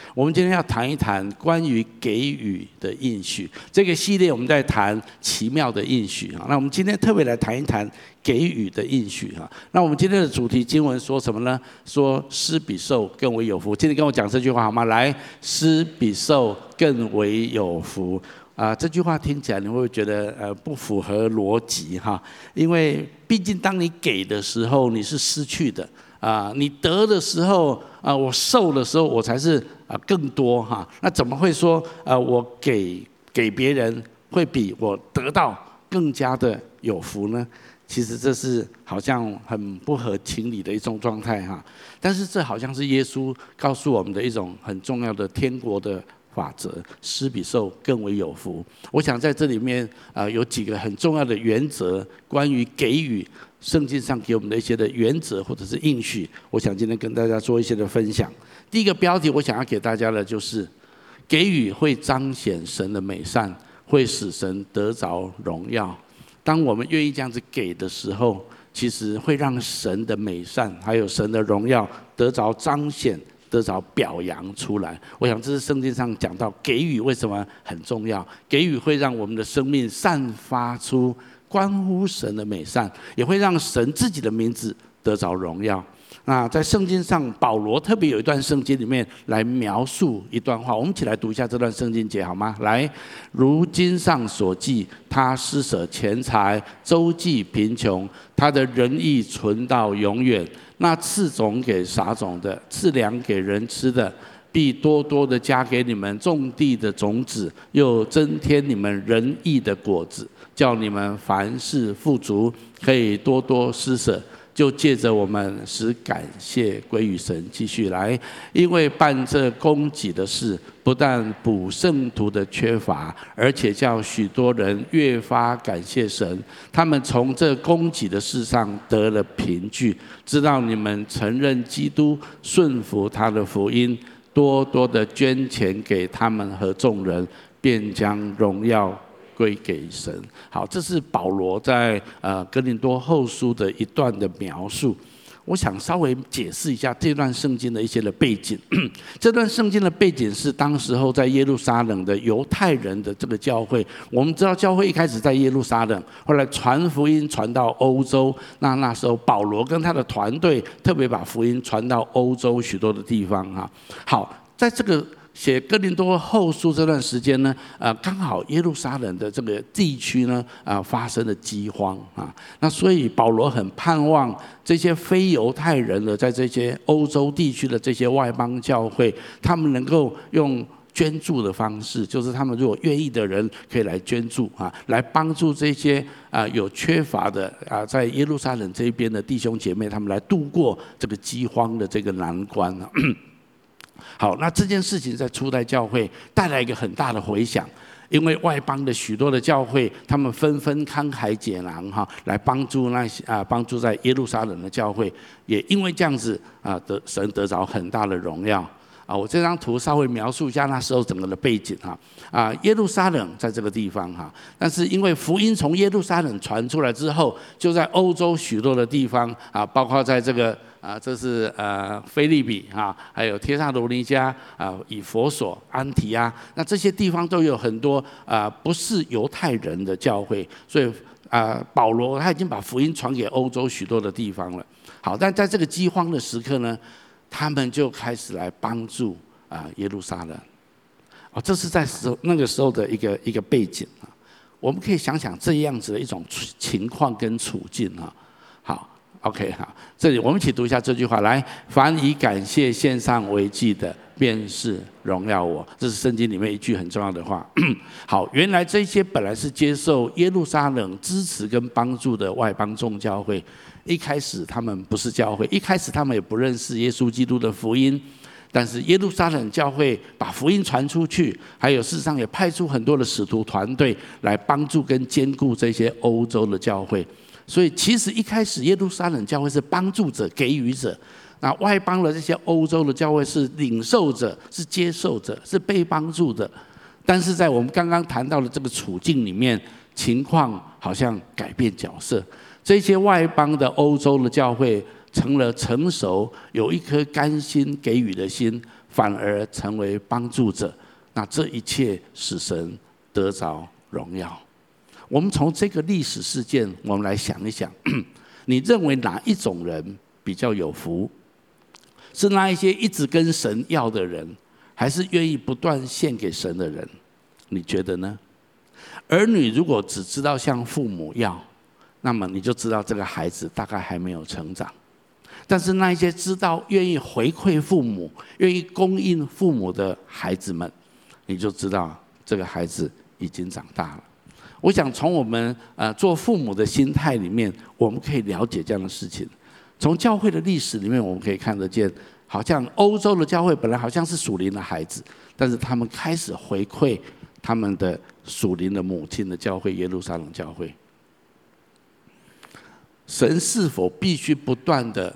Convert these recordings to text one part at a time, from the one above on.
我们今天要谈一谈关于给予的应许。这个系列我们在谈奇妙的应许啊。那我们今天特别来谈一谈给予的应许啊。那我们今天的主题经文说什么呢？说施比受更为有福。今天跟我讲这句话好吗？来，施比受更为有福。这句话听起来你会不会觉得不符合逻辑哈？因为毕竟当你给的时候，你是失去的。你得的时候，我受的时候，我才是更多哈。那怎么会说我给别人会比我得到更加的有福呢？其实这是好像很不合情理的一种状态哈。但是这好像是耶稣告诉我们的一种很重要的天国的法则，施比受更为有福。我想在这里面有几个很重要的原则，关于给予。圣经上给我们的一些的原则或者是应许，我想今天跟大家做一些的分享。第一个标题我想要给大家的就是，给予会彰显神的美善，会使神得着荣耀。当我们愿意这样子给的时候，其实会让神的美善还有神的荣耀得着彰显，得着表扬出来。我想这是圣经上讲到给予为什么很重要，给予会让我们的生命散发出关乎神的美善，也会让神自己的名字得着荣耀。那在圣经上，保罗特别有一段圣经里面来描述一段话，我们一起来读一下这段圣经节好吗？来，如经上所记，他施舍钱财，周济贫穷，他的仁义存到永远。那赐种给撒种的，赐粮给人吃的，必多多的加给你们种地的种子，又增添你们仁义的果子，叫你们凡事富足，可以多多施舍。就借着我们使感谢归于神。继续来，因为办这供给的事，不但补圣徒的缺乏，而且叫许多人越发感谢神。他们从这供给的事上得了凭据，知道你们承认基督，顺服他的福音，多多的捐钱给他们和众人，便将荣耀归给神。好，这是保罗在哥林多后书的一段的描述。我想稍微解释一下这段圣经的一些的背景。这段圣经的背景是当时候在耶路撒冷的犹太人的这个教会。我们知道教会一开始在耶路撒冷，后来传福音传到欧洲。那时候保罗跟他的团队特别把福音传到欧洲许多的地方哈。好，在这个写哥林多后书这段时间呢，刚好耶路撒冷的这个地区呢，发生了饥荒啊。那所以保罗很盼望这些非犹太人的，在这些欧洲地区的这些外邦教会，他们能够用捐助的方式，就是他们如果愿意的人可以来捐助啊，来帮助这些有缺乏的在耶路撒冷这边的弟兄姐妹，他们来度过这个饥荒的这个难关啊。好，那这件事情在初代教会带来一个很大的回响，因为外邦的许多的教会，他们纷纷慷慨解囊哈，来帮助帮助在耶路撒冷的教会，也因为这样子神得着很大的荣耀。我这张图稍微描述一下那时候整个的背景哈。耶路撒冷在这个地方哈，但是因为福音从耶路撒冷传出来之后，就在欧洲许多的地方包括在这个这是腓立比还有帖撒罗尼迦以弗所、安提阿，那这些地方都有很多不是犹太人的教会，所以保罗他已经把福音传给欧洲许多的地方了。好，但在这个饥荒的时刻呢，他们就开始来帮助耶路撒冷。这是在那个时候的一个背景啊。我们可以想想这样子的一种情况跟处境啊。好 ，OK 好，这里我们一起读一下这句话来：凡以感谢献上为祭的，便是荣耀我。这是圣经里面一句很重要的话。好，原来这些本来是接受耶路撒冷支持跟帮助的外邦众教会。一开始他们不是教会，一开始他们也不认识耶稣基督的福音，但是耶路撒冷教会把福音传出去，还有事实上也派出很多的使徒团队来帮助跟兼顾这些欧洲的教会。所以其实一开始耶路撒冷教会是帮助者、给予者，那外邦的这些欧洲的教会是领受者、是接受者、是被帮助的。但是在我们刚刚谈到的这个处境里面，情况好像改变角色。这些外邦的欧洲的教会成了成熟，有一颗甘心给予的心， 反而成为帮助者。那这一切使神得着荣耀。我们从这个历史事件，我们来想一想，你认为哪一种人比较有福？是那一些一直跟神要的人，还是愿意不断献给神的人？你觉得呢？儿女如果只知道向父母要，那么你就知道这个孩子大概还没有成长。但是那一些知道愿意回馈父母、愿意供应父母的孩子们，你就知道这个孩子已经长大了。我想从我们做父母的心态里面，我们可以了解这样的事情。从教会的历史里面，我们可以看得见，好像欧洲的教会本来好像是属灵的孩子，但是他们开始回馈他们的属灵的母亲的教会——耶路撒冷教会。神是否必须不断的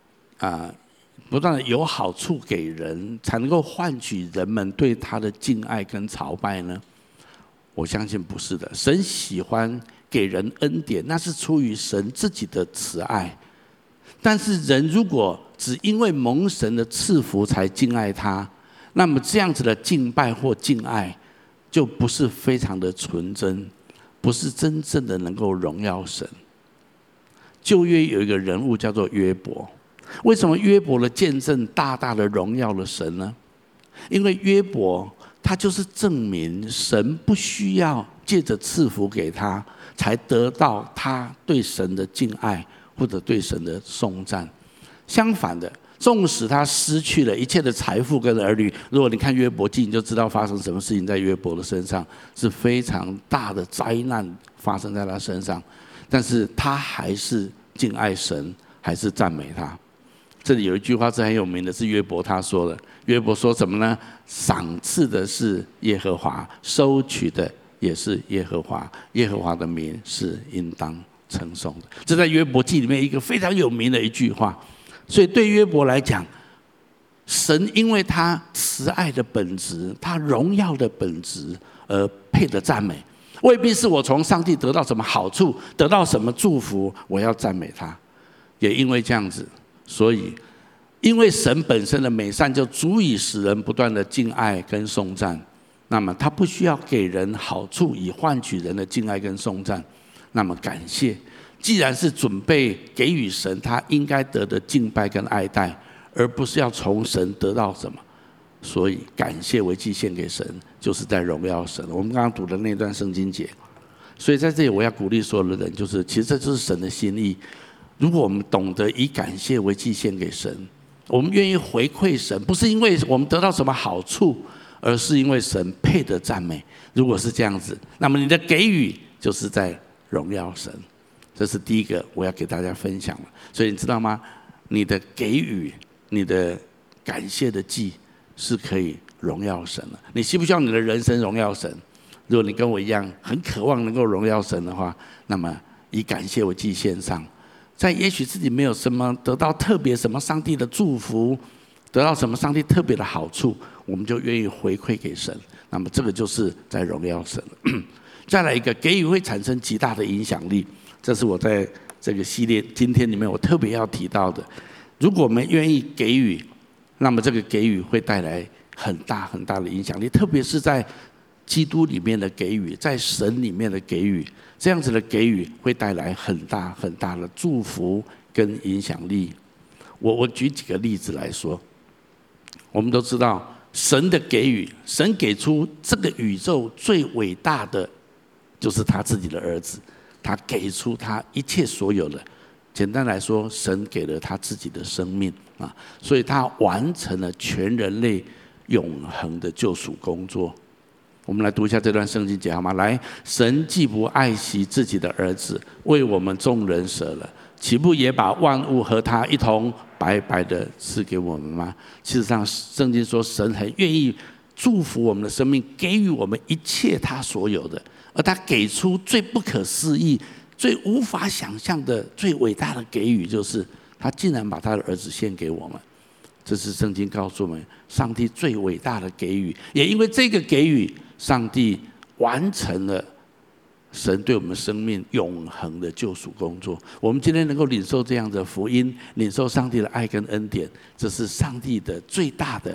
有好处给人，才能够换取人们对他的敬爱跟朝拜呢？我相信不是的。神喜欢给人恩典，那是出于神自己的慈爱。但是人如果只因为蒙神的赐福才敬爱他，那么这样子的敬拜或敬爱，就不是非常的纯真，不是真正的能够荣耀神。旧约有一个人物叫做约伯，为什么约伯的见证大大的荣耀了神呢？因为约伯他就是证明神不需要借着赐福给他，才得到他对神的敬爱或者对神的颂赞。相反的，纵使他失去了一切的财富跟儿女，如果你看约伯记，你就知道发生什么事情在约伯的身上，是非常大的灾难发生在他身上。但是他还是敬爱神，还是赞美他。这里有一句话是很有名的，是约伯他说的。约伯说什么呢？赏赐的是耶和华，收取的也是耶和华，耶和华的名是应当称颂的。这在约伯记里面一个非常有名的一句话。所以对约伯来讲，神因为他慈爱的本质，他荣耀的本质而配得赞美。未必是我从上帝得到什么好处，得到什么祝福，我要赞美他。也因为这样子，所以因为神本身的美善就足以使人不断的敬爱跟颂赞，那么他不需要给人好处以换取人的敬爱跟颂赞。那么感谢，既然是准备给予神他应该得的敬拜跟爱戴，而不是要从神得到什么，所以感谢为祭献给神，就是在荣耀神。我们刚刚读的那段圣经节，所以在这里我要鼓励所有的人，就是其实这就是神的心意。如果我们懂得以感谢为祭献给神，我们愿意回馈神，不是因为我们得到什么好处，而是因为神配得赞美。如果是这样子，那么你的给予就是在荣耀神。这是第一个我要给大家分享的。所以你知道吗？你的给予，你的感谢的祭，是可以荣耀神的。你希不希望你的人生荣耀神？如果你跟我一样很渴望能够荣耀神的话，那么以感谢为祭献上，在也许自己没有什么得到特别什么上帝的祝福，得到什么上帝特别的好处，我们就愿意回馈给神。那么这个就是在荣耀神。再来一个，给予会产生极大的影响力，这是我在这个系列今天里面我特别要提到的。如果我们愿意给予，那么这个给予会带来很大很大的影响力，特别是在基督里面的给予，在神里面的给予，这样子的给予会带来很大很大的祝福跟影响力。我举几个例子来说。我们都知道神的给予，神给出这个宇宙最伟大的就是他自己的儿子，他给出他一切所有的。简单来说，神给了他自己的生命啊，所以他完成了全人类永恒的救赎工作。我们来读一下这段圣经节好吗？来，神既不爱惜自己的儿子，为我们众人舍了，岂不也把万物和他一同白白的赐给我们吗？事实上，圣经说神很愿意祝福我们的生命，给予我们一切他所有的，而他给出最不可思议、最无法想象的、最伟大的给予，就是他竟然把他的儿子献给我们。这是圣经告诉我们，上帝最伟大的给予。也因为这个给予，上帝完成了神对我们生命永恒的救赎工作。我们今天能够领受这样的福音，领受上帝的爱跟恩典，这是上帝的最大的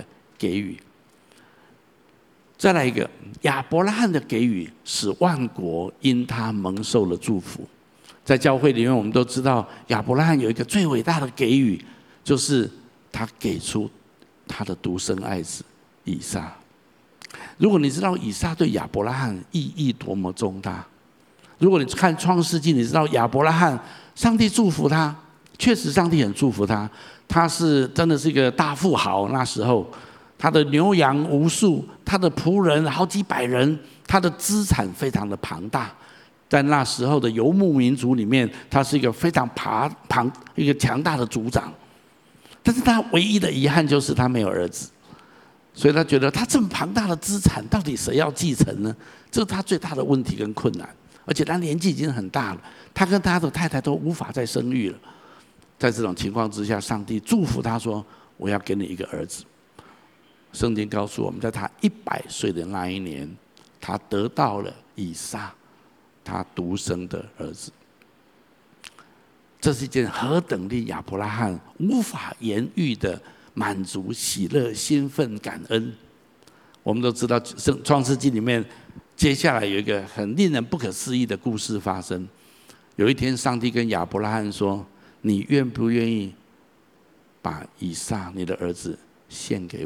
给予。再来一个，亚伯拉罕的给予使万国因他蒙受了祝福。在教会里面，我们都知道亚伯拉罕有一个最伟大的给予，就是他给出他的独生爱子以撒。如果你知道以撒对亚伯拉罕意义多么重大，如果你看创世纪，你知道亚伯拉罕，上帝祝福他，确实上帝很祝福他，他是真的是一个大富豪。那时候他的牛羊无数，他的仆人好几百人，他的资产非常的庞大。在那时候的游牧民族里面，他是一个非常一个强大的族长。但是他唯一的遗憾就是他没有儿子，所以他觉得他这么庞大的资产，到底谁要继承呢？这是他最大的问题跟困难。而且他年纪已经很大了，他跟他的太太都无法再生育了。在这种情况之下，上帝祝福他说：“我要给你一个儿子。”圣经告诉我们，在他100岁的那一年，他得到了以撒，他独生的儿子。这是一件何等令亚伯拉罕无法言喻的满足、喜乐、兴奋、感恩。我们都知道，创世纪里面接下来有一个很令人不可思议的故事发生。有一天，上帝跟亚伯拉罕说：“你愿不愿意把以撒，你的儿子献给我？”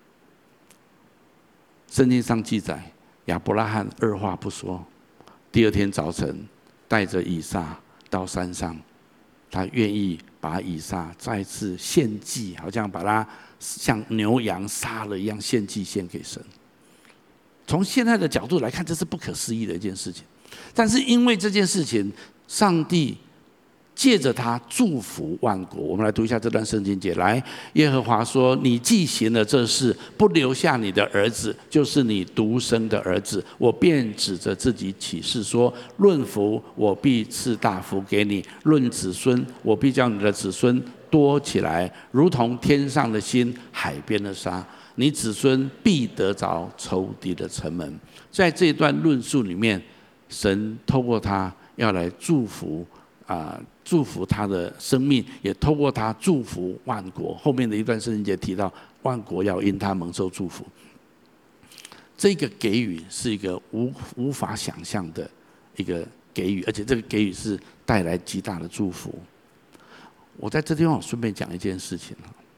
圣经上记载，亚伯拉罕二话不说，第二天早晨带着以撒到山上，他愿意把以撒再次献祭，好像把他像牛羊杀了一样献祭献给神。从现在的角度来看，这是不可思议的一件事情。但是因为这件事情，上帝借着他祝福万国。我们来读一下这段圣经节。来，耶和华说：“你既行了这事，不留下你的儿子，就是你独生的儿子，我便指着自己起誓说：论福，我必赐大福给你；论子孙，我必叫你的子孙多起来，如同天上的星，海边的沙。你子孙必得着仇敌的城门。”在这一段论述里面，神透过他要来祝福他的生命，也透过他祝福万国。后面的一段圣经节提到，万国要因他蒙受祝福。这个给予是一个无法想象的一个给予，而且这个给予是带来极大的祝福。我在这地方顺便讲一件事情。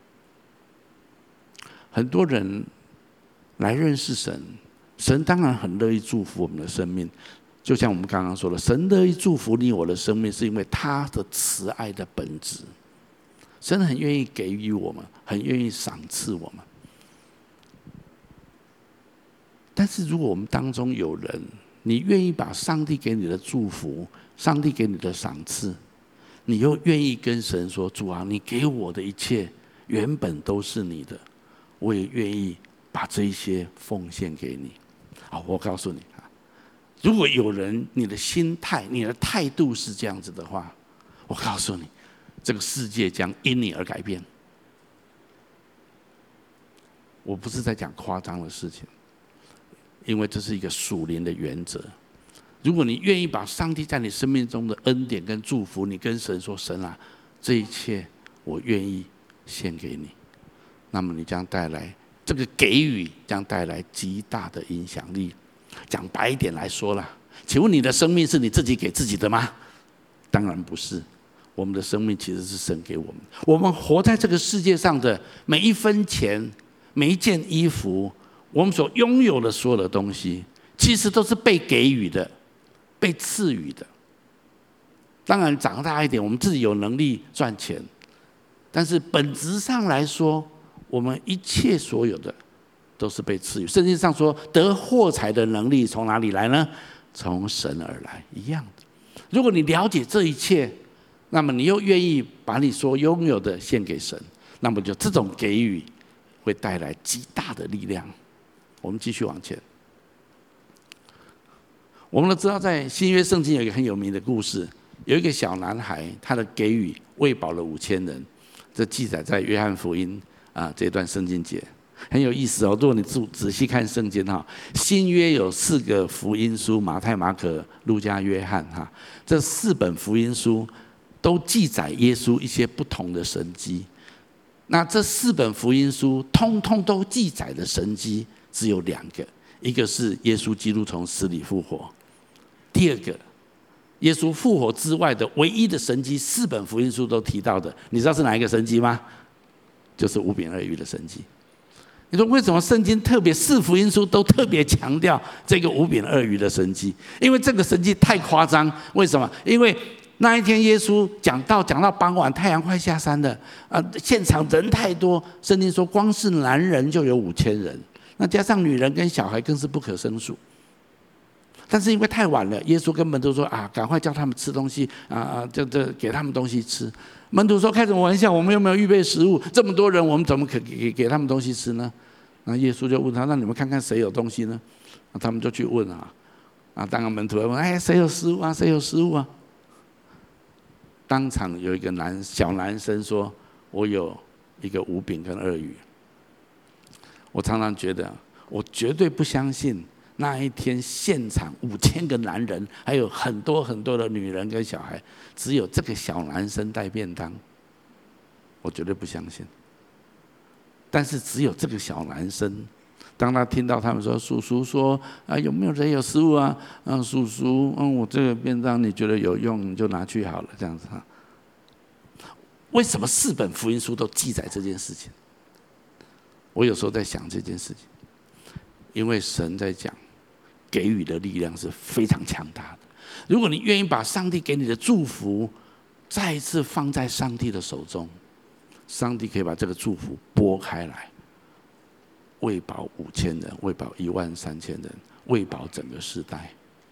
很多人来认识神，神当然很乐意祝福我们的生命。就像我们刚刚说的，神乐意祝福你我的生命，是因为他的慈爱的本质。神很愿意给予我们，很愿意赏赐我们。但是如果我们当中有人，你愿意把上帝给你的祝福、上帝给你的赏赐，你又愿意跟神说：“主啊，你给我的一切原本都是你的，我也愿意把这一些奉献给你。”好，我告诉你，如果有人你的心态、你的态度是这样子的话，我告诉你，这个世界将因你而改变。我不是在讲夸张的事情，因为这是一个属灵的原则。如果你愿意把上帝在你生命中的恩典跟祝福，你跟神说：“神啊，这一切我愿意献给你。”那么你将带来这个给予，将带来极大的影响力。讲白一点来说啦，请问你的生命是你自己给自己的吗？当然不是，我们的生命其实是神给我们。我们活在这个世界上的每一分钱、每一件衣服，我们所拥有的所有的东西，其实都是被给予的、被赐予的。当然长大一点，我们自己有能力赚钱，但是本质上来说，我们一切所有的都是被赐予。圣经上说，得获财的能力从哪里来呢？从神而来，一样的。如果你了解这一切，那么你又愿意把你所拥有的献给神，那么就这种给予会带来极大的力量。我们继续往前。我们都知道，在新约圣经有一个很有名的故事，有一个小男孩，他的给予喂饱了5000人。这记载在约翰福音这段圣经节。很有意思哦，如果你仔细看圣经哈，新约有4个福音书，马太、马可、路加、约翰哈，这4本福音书都记载耶稣一些不同的神迹。 那这4本福音书通通都记载的神迹只有2个，一个是耶稣基督从死里复活，第二个耶稣复活之外的唯一的神迹，4本福音书都提到的，你知道是哪一个神迹吗？就是5饼2鱼的神迹。你说为什么圣经特别4福音书都特别强调这个5饼2鱼的神迹？因为这个神迹太夸张。为什么？因为那一天耶稣讲到傍晚，太阳快下山了，现场人太多，圣经说光是男人就有5000人，那加上女人跟小孩更是不可胜数。但是因为太晚了，耶稣跟门徒说赶快叫他们吃东西就给他们东西吃。门徒说开什么玩笑，我们又没有预备食物，这么多人我们怎么可给他们东西吃呢？那耶稣就问他，那你们看看谁有东西呢？那他们就去问当然门徒会问，谁有食物啊？谁有食物啊？当场有一个小男生说，我有一个5饼跟2鱼。我常常觉得，我绝对不相信那一天现场5000个男人，还有很多很多的女人跟小孩，只有这个小男生带便当，我绝对不相信。但是只有这个小男生，当他听到他们说，叔叔说有没有人有食物啊？叔叔，我这个便当你觉得有用，你就拿去好了，这样子为什么4本福音书都记载这件事情？我有时候在想这件事情，因为神在讲，给予的力量是非常强大的。如果你愿意把上帝给你的祝福再一次放在上帝的手中，上帝可以把这个祝福拨开来，喂饱5000人，喂饱13000人，喂饱整个世代。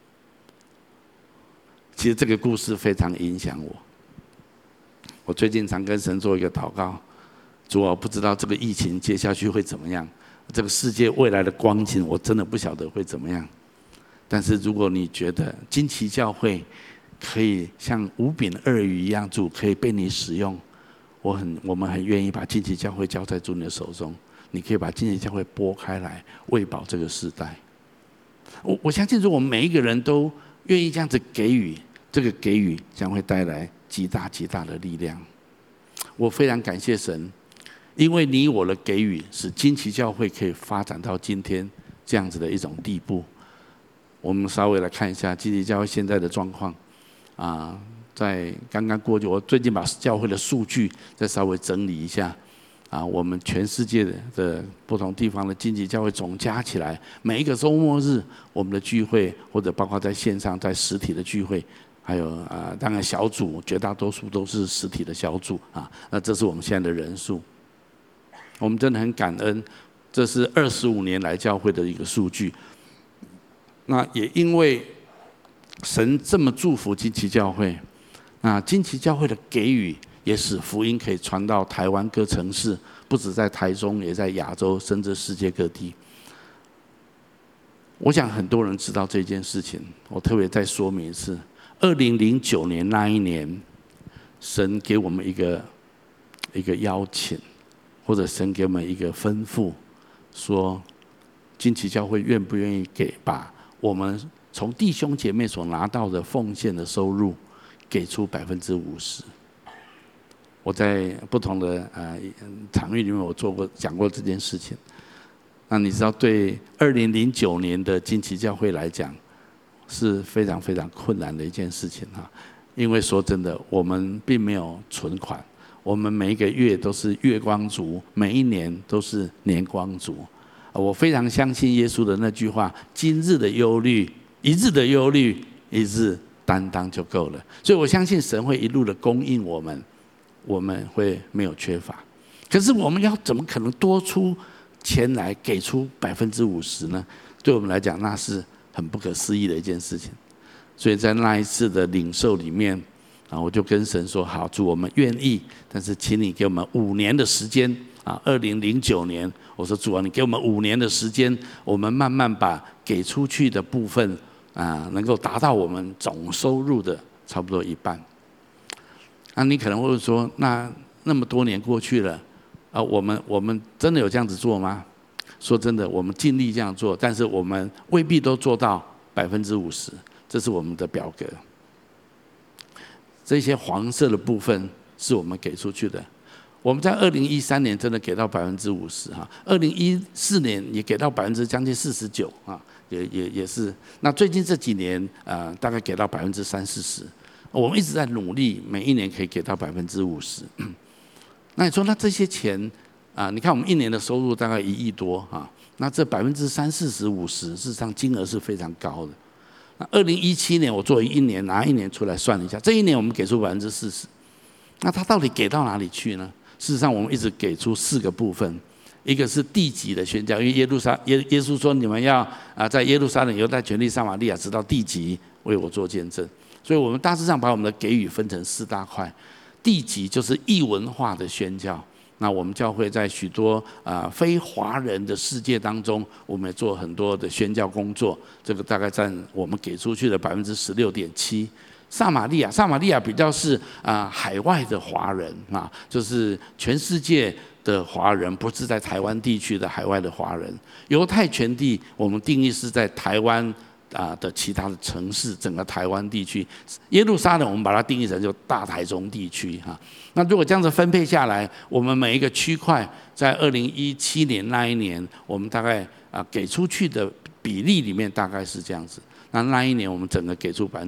其实这个故事非常影响我。我最近常跟神做一个祷告，主啊，我不知道这个疫情接下去会怎么样，这个世界未来的光景我真的不晓得会怎么样。但是如果你觉得金旗教会可以像5饼2鱼一样，主可以被你使用，我们很愿意把金旗教会交在主你的手中。你可以把金旗教会拨开来，喂饱这个世代。我相信，如果我们每一个人都愿意这样子给予，这个给予将会带来极大极大的力量。我非常感谢神，因为你我的给予，使金旗教会可以发展到今天这样子的一种地步。我们稍微来看一下金旗教会现在的状况在刚刚过去，我最近把教会的数据再稍微整理一下我们全世界的不同地方的金旗教会总加起来，每一个周末日我们的聚会，或者包括在线上在实体的聚会，还有当然小组，绝大多数都是实体的小组那这是我们现在的人数。我们真的很感恩，这是25年来教会的一个数据。那也因为神这么祝福金旗教会，那金旗教会的给予也使福音可以传到台湾各城市，不止在台中，也在亚洲，甚至世界各地。我想很多人知道这件事情，我特别再说明一次。2009年那一年，神给我们一个邀请，或者神给我们一个吩咐，说金旗教会愿不愿意把我们从弟兄姐妹所拿到的奉献的收入给出50%。我在不同的场域里面，我讲过这件事情。那你知道，对2009年的金旗教会来讲，是非常非常困难的一件事情因为说真的，我们并没有存款，我们每一个月都是月光族，每一年都是年光族。我非常相信耶稣的那句话：今日的忧虑，一日的忧虑，一日担当就够了。所以我相信神会一路的供应我们，我们会没有缺乏。可是我们要怎么可能多出钱来给出50%呢？对我们来讲，那是很不可思议的一件事情。所以在那一次的领受里面我就跟神说：好，主，我们愿意，但是请你给我们5年的时间2009年，我说主啊，你给我们5年的时间，我们慢慢把给出去的部分能够达到我们总收入的差不多一半。你可能会说，那么多年过去了我们真的有这样子做吗？说真的，我们尽力这样做，但是我们未必都做到50%。这是我们的表格，这些黄色的部分是我们给出去的。 我们在2013年真的给到50%哈，2014年也给到将近49%啊，也是。那最近这几年大概给到30-40%，我们一直在努力，每一年可以给到50%。那你说那这些钱你看我们一年的收入大概1亿多啊，那这30%-40%-50%，事实上金额是非常高的。那2017年我作为拿一年出来算一下，这一年我们给出40%，那它到底给到哪里去呢？事实上我们一直给出4个部分，一个是地级的宣教，因为耶稣说你们要在耶路撒冷、犹太全地、撒玛利亚直到地极为我做见证，所以我们大致上把我们的给予分成4大块。地级就是异文化的宣教，那我们教会在许多非华人的世界当中，我们也做很多的宣教工作，这个大概占我们给出去的16.7%。撒玛利亚比较是海外的华人就是全世界的华人，不是在台湾地区的海外的华人。犹太全地我们定义是在台湾的其他的城市，整个台湾地区。耶路撒冷我们把它定义成就大台中地区那如果这样子分配下来，我们每一个区块在2017年那一年，我们大概给出去的比例里面大概是这样子。那一年我们整个给出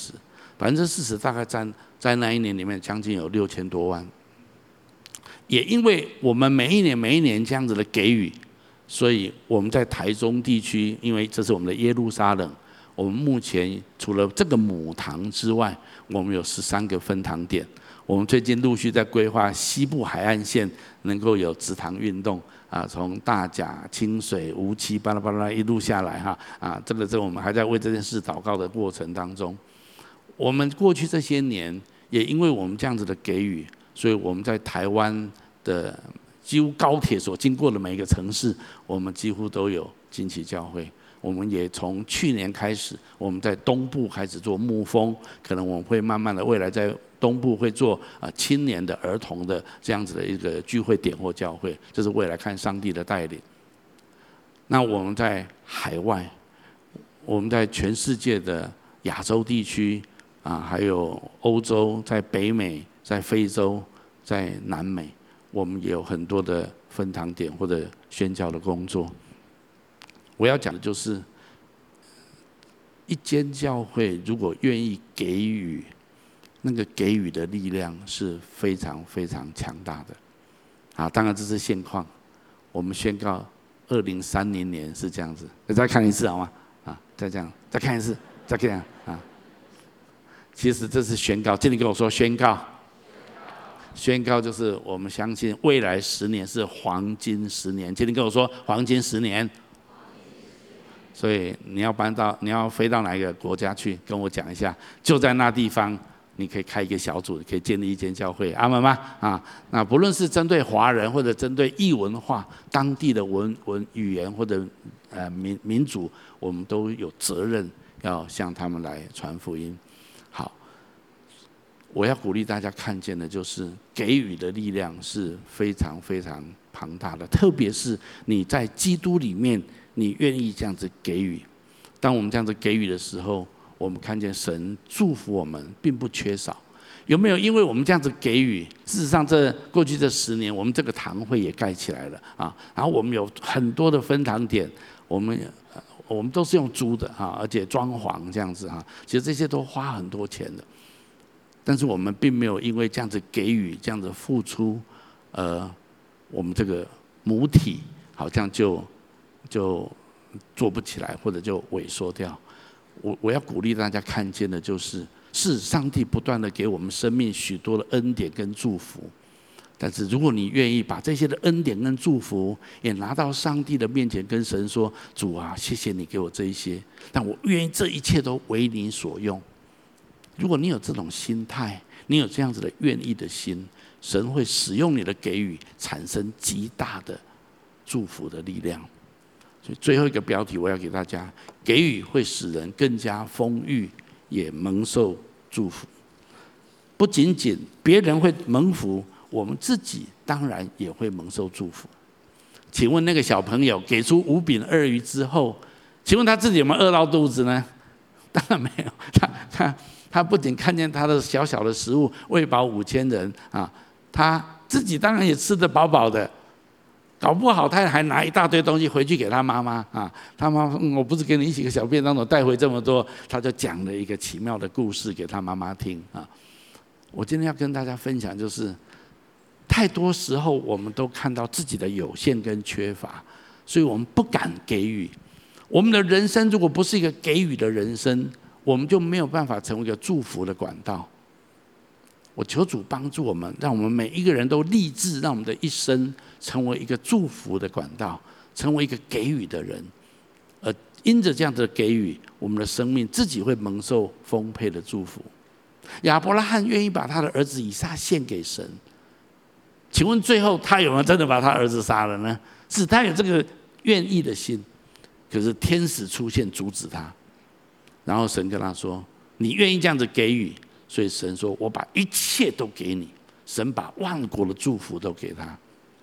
40%，40%大概在那一年里面将近有6000多万。也因为我们每一年这样子的给予，所以我们在台中地区，因为这是我们的耶路撒冷，我们目前除了这个母堂之外，我们有13个分堂点。我们最近陆续在规划西部海岸线能够有植堂运动从大甲、清水、梧栖巴拉巴拉一路下来这个我们还在为这件事祷告的过程当中。我们过去这些年，也因为我们这样子的给予，所以我们在台湾的几乎高铁所经过的每一个城市，我们几乎都有惊奇教会。我们也从去年开始，我们在东部开始做牧蜂，可能我们会慢慢的未来在东部会做青年的儿童的这样子的一个聚会点或教会，这是未来看上帝的带领。那我们在海外，我们在全世界的亚洲地区还有欧洲，在北美，在非洲，在南美，我们也有很多的分堂点或者宣教的工作。我要讲的就是，一间教会如果愿意给予，那个给予的力量是非常非常强大的。当然这是现况。我们宣告2030年是这样子，再看一次好吗？再这样，再看一次，再这样其实这是宣告，经理跟我说宣告。宣告就是我们相信未来10年是黄金10年，经理跟我说黄金10年。所以你要飞到哪一个国家去，跟我讲一下，就在那地方，你可以开一个小组，可以建立一间教会，阿们吗？那不论是针对华人或者针对异文化、当地的语言或者民族，我们都有责任要向他们来传福音。好，我要鼓励大家看见的就是给予的力量是非常非常庞大的，特别是你在基督里面。你愿意这样子给予，当我们这样子给予的时候，我们看见神祝福我们，并不缺少。有没有因为我们这样子给予，事实上过去这10年，我们这个堂会也盖起来了然后我们有很多的分堂点，我们都是用租的而且装潢这样子其实这些都花很多钱的，但是我们并没有因为这样子给予、这样子付出，我们这个母体好像就做不起来，或者就萎缩掉。我要鼓励大家看见的就是，是上帝不断的给我们生命许多的恩典跟祝福。但是如果你愿意把这些的恩典跟祝福也拿到上帝的面前，跟神说：“主啊，谢谢你给我这一些，但我愿意这一切都为你所用。”如果你有这种心态，你有这样子的愿意的心，神会使用你的给予，产生极大的祝福的力量。所以最后一个标题我要给大家：给予会使人更加丰裕，也蒙受祝福。不仅仅别人会蒙福，我们自己当然也会蒙受祝福。请问那个小朋友给出5饼2鱼之后，请问他自己有没有饿到肚子呢？当然没有。他不仅看见他的小小的食物喂饱5000人他自己当然也吃得饱饱的，搞不好他还拿一大堆东西回去给他妈妈啊。他妈妈我不是给你几个小便当，我带回这么多，他就讲了一个奇妙的故事给他妈妈听啊。我今天要跟大家分享，就是太多时候我们都看到自己的有限跟缺乏，所以我们不敢给予。我们的人生如果不是一个给予的人生，我们就没有办法成为一个祝福的管道。我求主帮助我们，让我们每一个人都立志，让我们的一生成为一个祝福的管道，成为一个给予的人。而因着这样的给予，我们的生命自己会蒙受丰沛的祝福。亚伯拉罕愿意把他的儿子以撒献给神，请问最后他有没有真的把他儿子杀了呢？是他有这个愿意的心，可是天使出现阻止他，然后神跟他说：“你愿意这样子给予。”所以神说：“我把一切都给你。”神把万国的祝福都给他。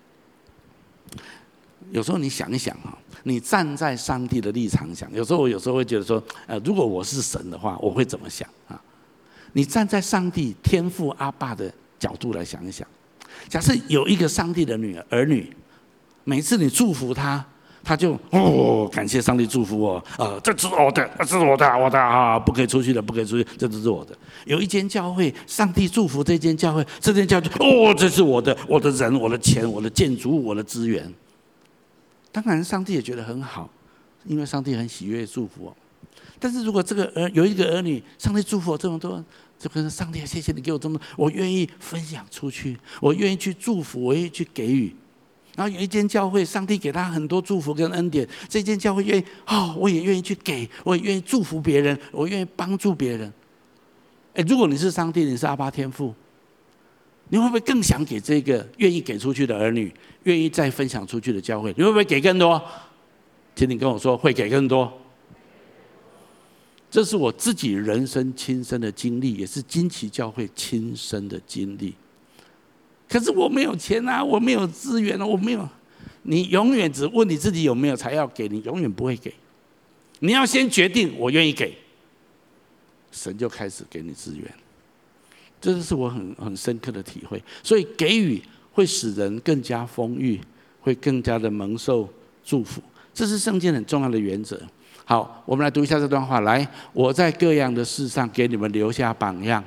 有时候你想一想啊，你站在上帝的立场想，有时候会觉得说，如果我是神的话，我会怎么想啊？你站在上帝天父阿爸的角度来想一想，假设有一个上帝的儿女，每次你祝福他，他就感谢上帝祝福我，这是我的，这是我的啊，不可以出去的，不可以出去，这都是我的。有一间教会，上帝祝福这间教会，这间教会这是我的人，我的钱，我的建筑物，我的资源。当然，上帝也觉得很好，因为上帝很喜悦祝福我。但是如果有一个儿女，上帝祝福我这么多，这个上帝谢谢你给我这么多，我愿意分享出去，我愿意去祝福，我愿意去给予。然后有一间教会，上帝给他很多祝福跟恩典，这间教会愿意我也愿意去给，我也愿意祝福别人，我愿意帮助别人。如果你是上帝，你是阿爸天父，你会不会更想给这个愿意给出去的儿女，愿意再分享出去的教会？你会不会给更多？请你跟我说，会给更多。这是我自己人生亲身的经历，也是金旗教会亲身的经历。可是我没有钱啊，我没有资源啊，我没有。你永远只问你自己有没有才要给，你永远不会给。你要先决定我愿意给，神就开始给你资源。这是我很深刻的体会。所以给予会使人更加丰裕，会更加的蒙受祝福，这是圣经很重要的原则。好，我们来读一下这段话。来，我在各样的事上给你们留下榜样，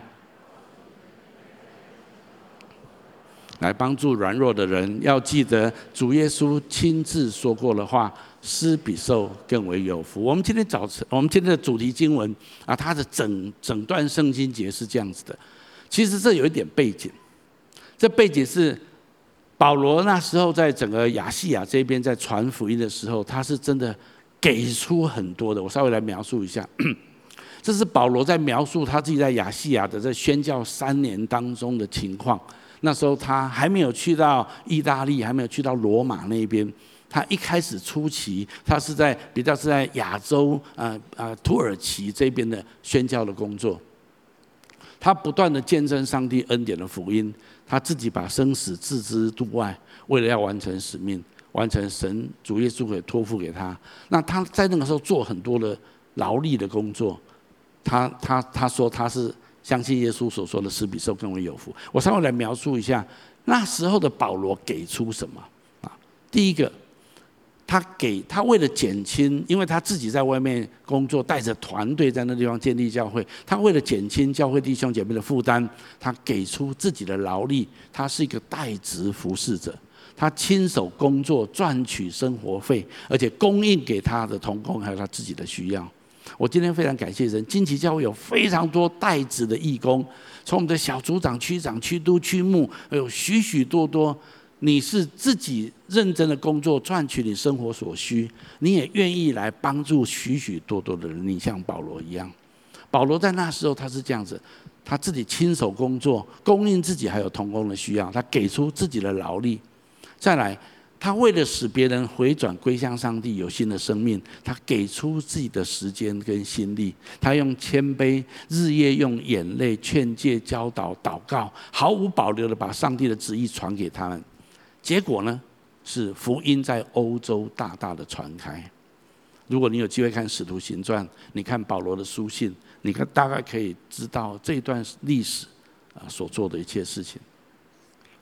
来帮助软弱的人。要记得主耶稣亲自说过的话：施比受更为有福。我们今天的主题经文啊，它的整段圣经节是这样子的。其实这有一点背景，这背景是保罗那时候在整个亚细亚这边在传福音的时候，他是真的给出很多的。我稍微来描述一下，这是保罗在描述他自己在亚细亚的这宣教3年当中的情况。那时候他还没有去到意大利，还没有去到罗马那边。他一开始初期，他比较是在亚洲土耳其这边的宣教的工作。他不断的见证上帝恩典的福音，他自己把生死置之度外，为了要完成使命，完成神主耶稣给托付给他。那他在那个时候做很多的劳力的工作。他说他是相信耶稣所说的施比受更为有福。我稍微来描述一下那时候的保罗给出什么啊？第一个，他为了减轻，因为他自己在外面工作，带着团队在那地方建立教会，他为了减轻教会弟兄姐妹的负担，他给出自己的劳力。他是一个代职服侍者，他亲手工作赚取生活费，而且供应给他的同工还有他自己的需要。我今天非常感谢神，金旗教会有非常多代职的义工，从我们的小组长、区长、区督、区牧，还有许许多多。你是自己认真的工作，赚取你生活所需，你也愿意来帮助许许多多的人。你像保罗一样，保罗在那时候他是这样子，他自己亲手工作，供应自己还有同工的需要，他给出自己的劳力。再来，他为了使别人回转归向上帝，有新的生命，他给出自己的时间跟心力，他用谦卑，日夜用眼泪劝诫、教导、祷告，毫无保留的把上帝的旨意传给他们。结果呢，是福音在欧洲大大的传开。如果你有机会看《使徒行传》，你看保罗的书信，你大概可以知道这段历史所做的一切事情。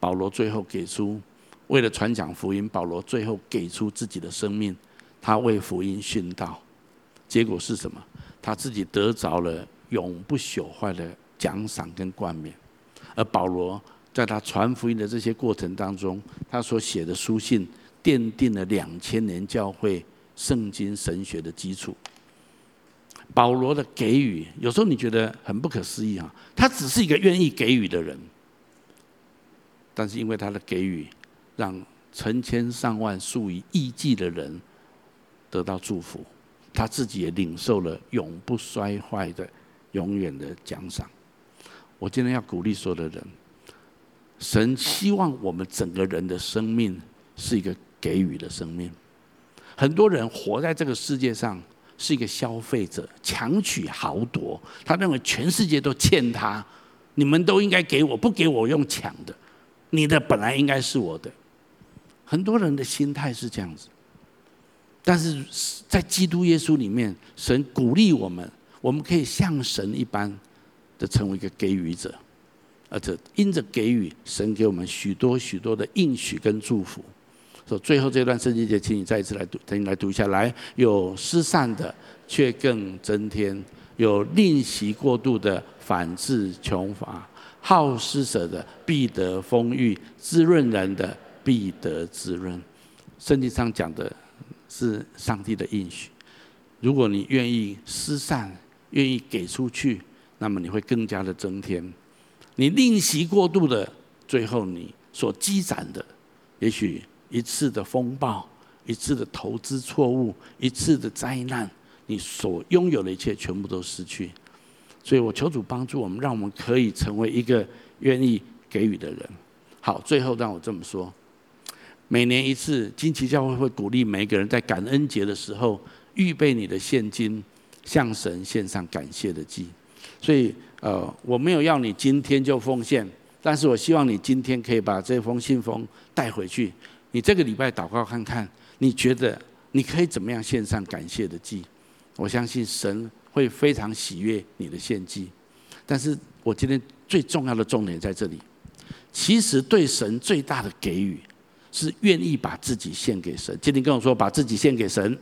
保罗最后给出，为了传讲福音，保罗最后给出自己的生命，他为福音殉道。结果是什么？他自己得着了永不朽坏的奖赏跟冠冕。而保罗在他传福音的这些过程当中，他所写的书信奠定了2000年教会圣经神学的基础。保罗的给予，有时候你觉得很不可思议啊，他只是一个愿意给予的人，但是因为他的给予，让成千上万、数以亿计的人得到祝福，他自己也领受了永不衰坏的、永远的奖赏。我今天要鼓励所有的人，神希望我们整个人的生命是一个给予的生命。很多人活在这个世界上是一个消费者，强取豪夺，他认为全世界都欠他，你们都应该给我，不给我用抢的，你的本来应该是我的。很多人的心态是这样子，但是在基督耶稣里面，神鼓励我们，我们可以像神一般的成为一个给予者，而且因着给予，神给我们许多许多的应许跟祝福。所以最后这段圣经节，请你再一次来读一下来。有施散的，却更增添；有吝惜过度的，反致穷乏；好施舍的，必得丰裕；滋润人的，必得滋润。圣经上讲的是上帝的应许。如果你愿意施散，愿意给出去，那么你会更加的增添。你吝惜过度的，最后你所积攒的，也许一次的风暴，一次的投资错误，一次的灾难，你所拥有的一切全部都失去。所以我求主帮助我们，让我们可以成为一个愿意给予的人。好，最后让我这么说，每年一次，金旗教会会鼓励每一个人在感恩节的时候，预备你的现金，向神献上感谢的祭。所以我没有要你今天就奉献，但是我希望你今天可以把这封信封带回去。你这个礼拜祷告看看，你觉得你可以怎么样献上感谢的祭？我相信神会非常喜悦你的献祭。但是我今天最重要的重点在这里，其实对神最大的给予，是愿意把自己献给神。今天跟我说，把自己献给神，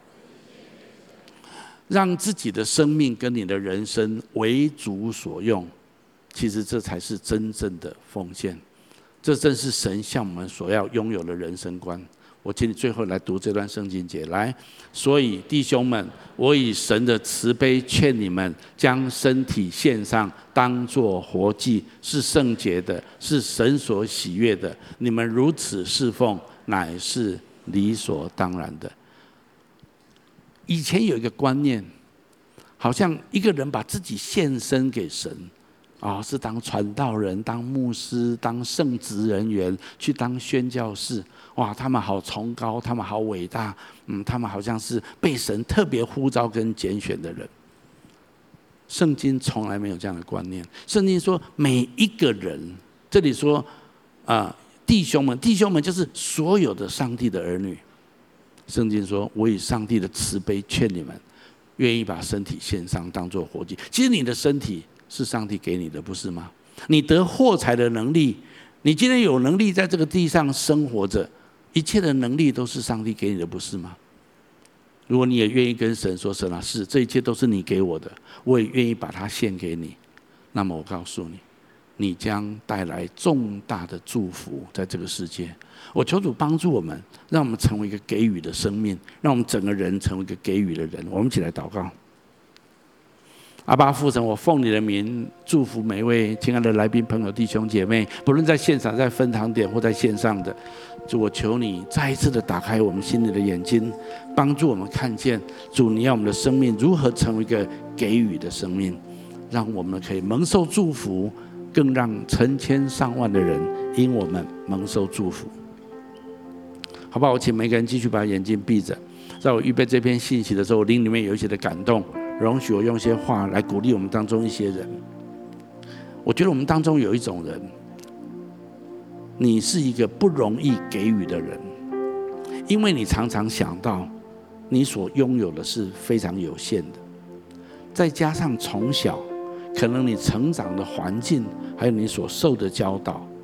让自己的生命跟你的人生为主所用。其实这才是真正的奉献。这正是神向我们所要拥有的人生观。我请你最后来读这段圣经节，来。所以弟兄们，我以神的慈悲劝你们，将身体献上，当作活祭，是圣洁的，是神所喜悦的。你们如此侍奉，乃是理所当然的。以前有一个观念，好像一个人把自己献身给神，是当传道人、当牧师、当圣职人员，去当宣教士。哇，他们好崇高，他们好伟大，他们好像是被神特别呼召跟拣选的人。圣经从来没有这样的观念。圣经说每一个人，这里说弟兄们，弟兄们就是所有的上帝的儿女。圣经说，我以上帝的慈悲劝你们，愿意把身体献上，当作活祭。其实你的身体是上帝给你的，不是吗？你得获财的能力，你今天有能力在这个地上生活着，一切的能力都是上帝给你的，不是吗？如果你也愿意跟神说，神啊，是这一切都是你给我的，我也愿意把它献给你，那么我告诉你，你将带来重大的祝福在这个世界。我求主帮助我们，让我们成为一个给予的生命，让我们整个人成为一个给予的人。我们一起来祷告。阿爸父神，我奉你的名祝福每一位亲爱的来宾朋友弟兄姐妹，不论在现场、在分堂点或在线上的，主，我求你再一次的打开我们心里的眼睛，帮助我们看见主你要我们的生命如何成为一个给予的生命，让我们可以蒙受祝福，更让成千上万的人因我们蒙受祝福。好不好？我请每个人继续把眼睛闭着。在我预备这篇信息的时候，我灵里面有一些的感动，容许我用一些话来鼓励我们当中一些人。我觉得我们当中有一种人，你是一个不容易给予的人，因为你常常想到你所拥有的是非常有限的，再加上从小可能你成长的环境，还有你所受的教导，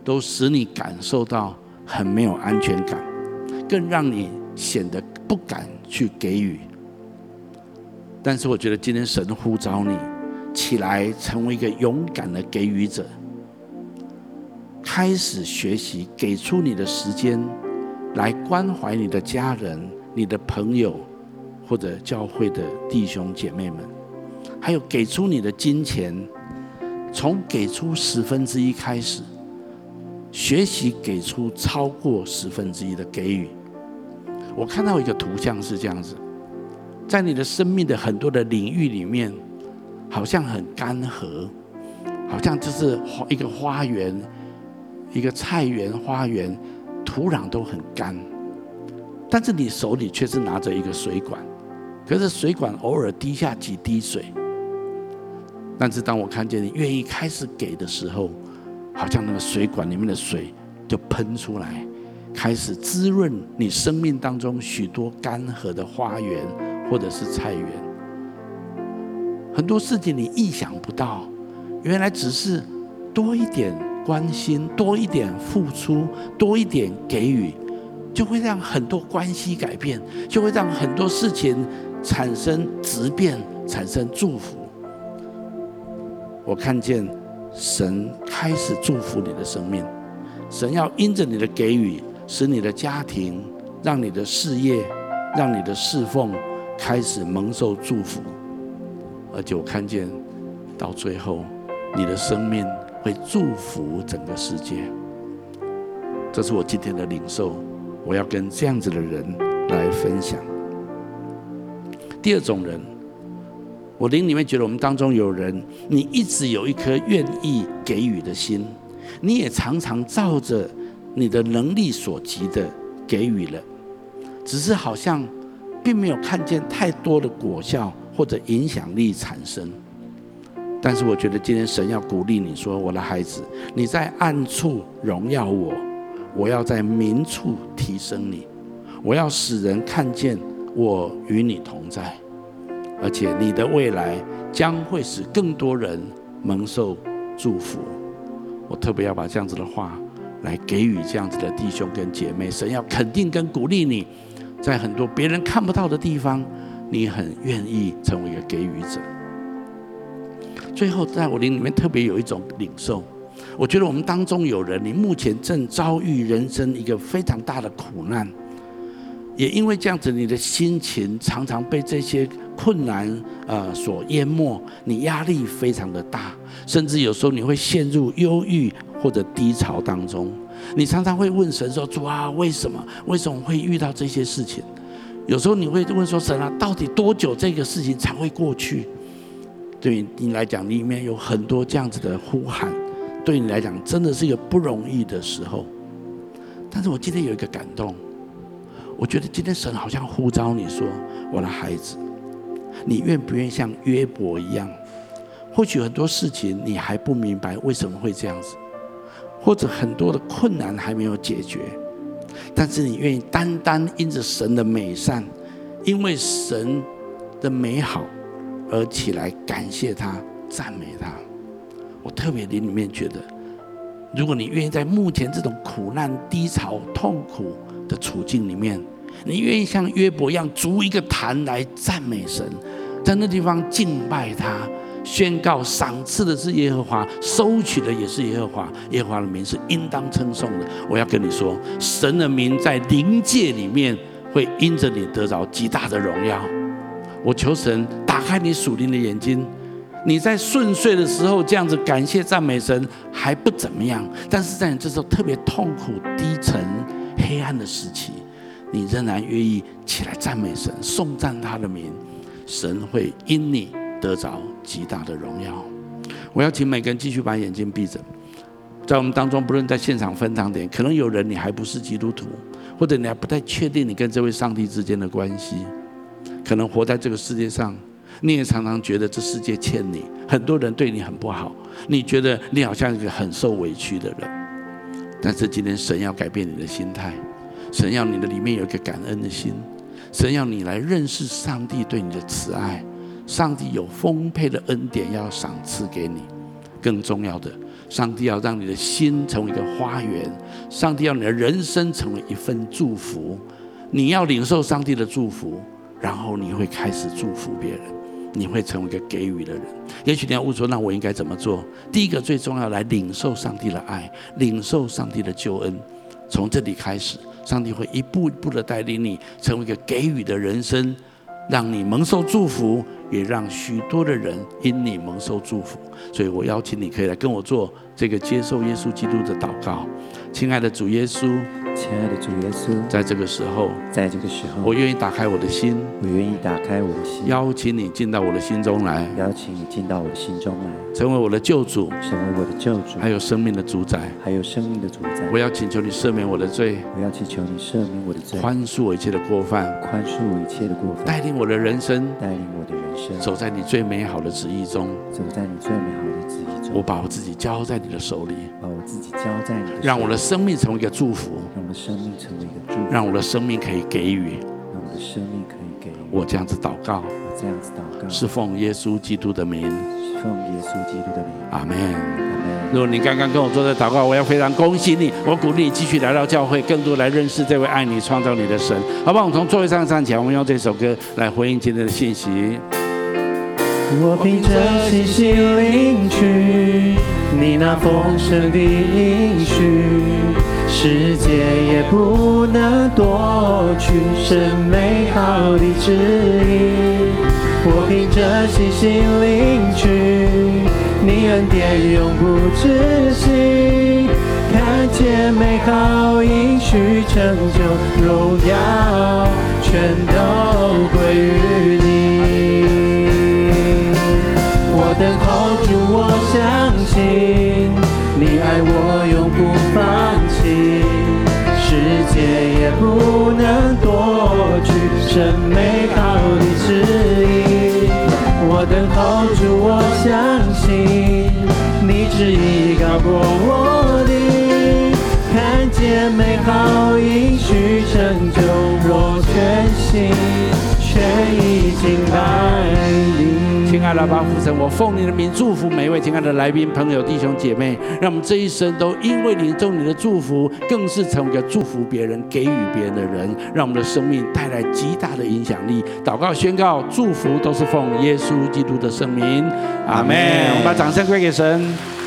都使你感受到很没有安全感，更让你显得不敢去给予。但是我觉得今天神呼召你起来，成为一个勇敢的给予者，开始学习给出你的时间来关怀你的家人、你的朋友，或者教会的弟兄姐妹们，还有给出你的金钱，从给出1/10开始，学习给出超过1/10的给予。我看到一个图像是这样子，在你的生命的很多的领域里面，好像很干涸，好像就是一个花园，一个菜园、花园，土壤都很干，但是你手里却是拿着一个水管，可是水管偶尔滴下几滴水。但是当我看见你愿意开始给的时候，好像那个水管里面的水就喷出来，开始滋润你生命当中许多干涸的花园或者是菜园。很多事情你意想不到，原来只是多一点关心，多一点付出，多一点给予，就会让很多关系改变，就会让很多事情产生质变，产生祝福。我看见神开始祝福你的生命，神要因着你的给予，使你的家庭，让你的事业，让你的侍奉开始蒙受祝福。而且我看见到最后，你的生命会祝福整个世界。这是我今天的领受，我要跟这样子的人来分享。第二种人，我灵里面觉得我们当中有人，你一直有一颗愿意给予的心，你也常常照着你的能力所及的给予了，只是好像并没有看见太多的果效或者影响力产生。但是我觉得今天神要鼓励你说，我的孩子，你在暗处荣耀我，我要在明处提升你，我要使人看见我与你同在，而且你的未来将会使更多人蒙受祝福。我特别要把这样子的话来给予这样子的弟兄跟姐妹，神要肯定跟鼓励你，在很多别人看不到的地方，你很愿意成为一个给予者。最后在我灵里面特别有一种领受，我觉得我们当中有人，你目前正遭遇人生一个非常大的苦难，也因为这样子，你的心情常常被这些困难所淹没，你压力非常的大，甚至有时候你会陷入忧郁或者低潮当中。你常常会问神说，主啊，为什么会遇到这些事情？有时候你会问说，神啊，到底多久这个事情才会过去？对你来讲，里面有很多这样子的呼喊，对你来讲真的是一个不容易的时候。但是我今天有一个感动，我觉得今天神好像呼召你说，我的孩子，你愿不愿意像约伯一样？或许很多事情你还不明白为什么会这样子，或者很多的困难还没有解决，但是你愿意单单因着神的美善，因为神的美好而起来感谢他，赞美他。我特别灵里面觉得，如果你愿意在目前这种苦难、低潮、痛苦的处境里面，你愿意像约伯一样筑一个坛来赞美神，在那地方敬拜他，宣告赏赐的是耶和华，收取的也是耶和华，耶和华的名是应当称颂的。我要跟你说，神的名在灵界里面会因着你得着极大的荣耀。我求神打开你属灵的眼睛，你在顺遂的时候这样子感谢赞美神还不怎么样，但是在你这时候特别痛苦、低沉、黑暗的时期，你仍然愿意起来赞美神，颂赞他的名，神会因你得着极大的荣耀。我要请每个人继续把眼睛闭着。在我们当中，不论在现场分堂点，可能有人你还不是基督徒，或者你还不太确定你跟这位上帝之间的关系，可能活在这个世界上，你也常常觉得这世界欠你，很多人对你很不好，你觉得你好像一个很受委屈的人。但是今天神要改变你的心态，神要你的里面有一个感恩的心，神要你来认识上帝对你的慈爱，上帝有丰沛的恩典要赏赐给你。更重要的， 上帝要让你的心成为一个花园，上帝要你的人生成为一份祝福。你要领受上帝的祝福，然后你会开始祝福别人，你会成为一个给予的人。也许你要问说，那我应该怎么做？第一个最重要，来领受上帝的爱，领受上帝的救恩。从这里开始，上帝会一步一步的带领你成为一个给予的人生，让你蒙受祝福，也让许多的人因你蒙受祝福。所以我邀请你可以来跟我做这个接受耶稣基督的祷告。亲爱的主耶稣， 亲爱的主耶稣， 在这个时候，我愿意打开我的心，邀请你进到我的心中来，成为我的救主，还有生命的主宰。我要请求你赦免我的罪，宽恕我一切的过犯，带领我的人生，走在你最美好的旨意中。我把我自己交在你的手里，让我的生命成为一个祝福，让我的生命可以给予。我这样子祷告，是奉耶稣基督的名。阿们。如果你刚刚跟我做的祷告，我要非常恭喜你，我鼓励你继续来到教会，更多来认识这位爱你、创造你的神。好不好？我们从座位上站起来，我们用这首歌来回应今天的信息。我凭着信心领取你那丰盛的应许，世界也不能夺去神美好的旨意。我凭着信心领取你恩典永不止息，看见美好应许成就，荣耀全都归于你。我等候主，我相信你爱我永不放弃，世界也不能夺去神美好的旨意。我等候主，我相信你旨意高过我的，看见美好应许成就，我全心全意敬拜你。亲爱的阿爸父神，我奉你的名祝福每一位亲爱的来宾、朋友、弟兄姐妹，让我们这一生都因为领受你的祝福，更是成为一个祝福别人、给予别人的人，让我们的生命带来极大的影响力。祷告宣告，祝福都是奉耶稣基督的圣名，阿们。我们把掌声归给神。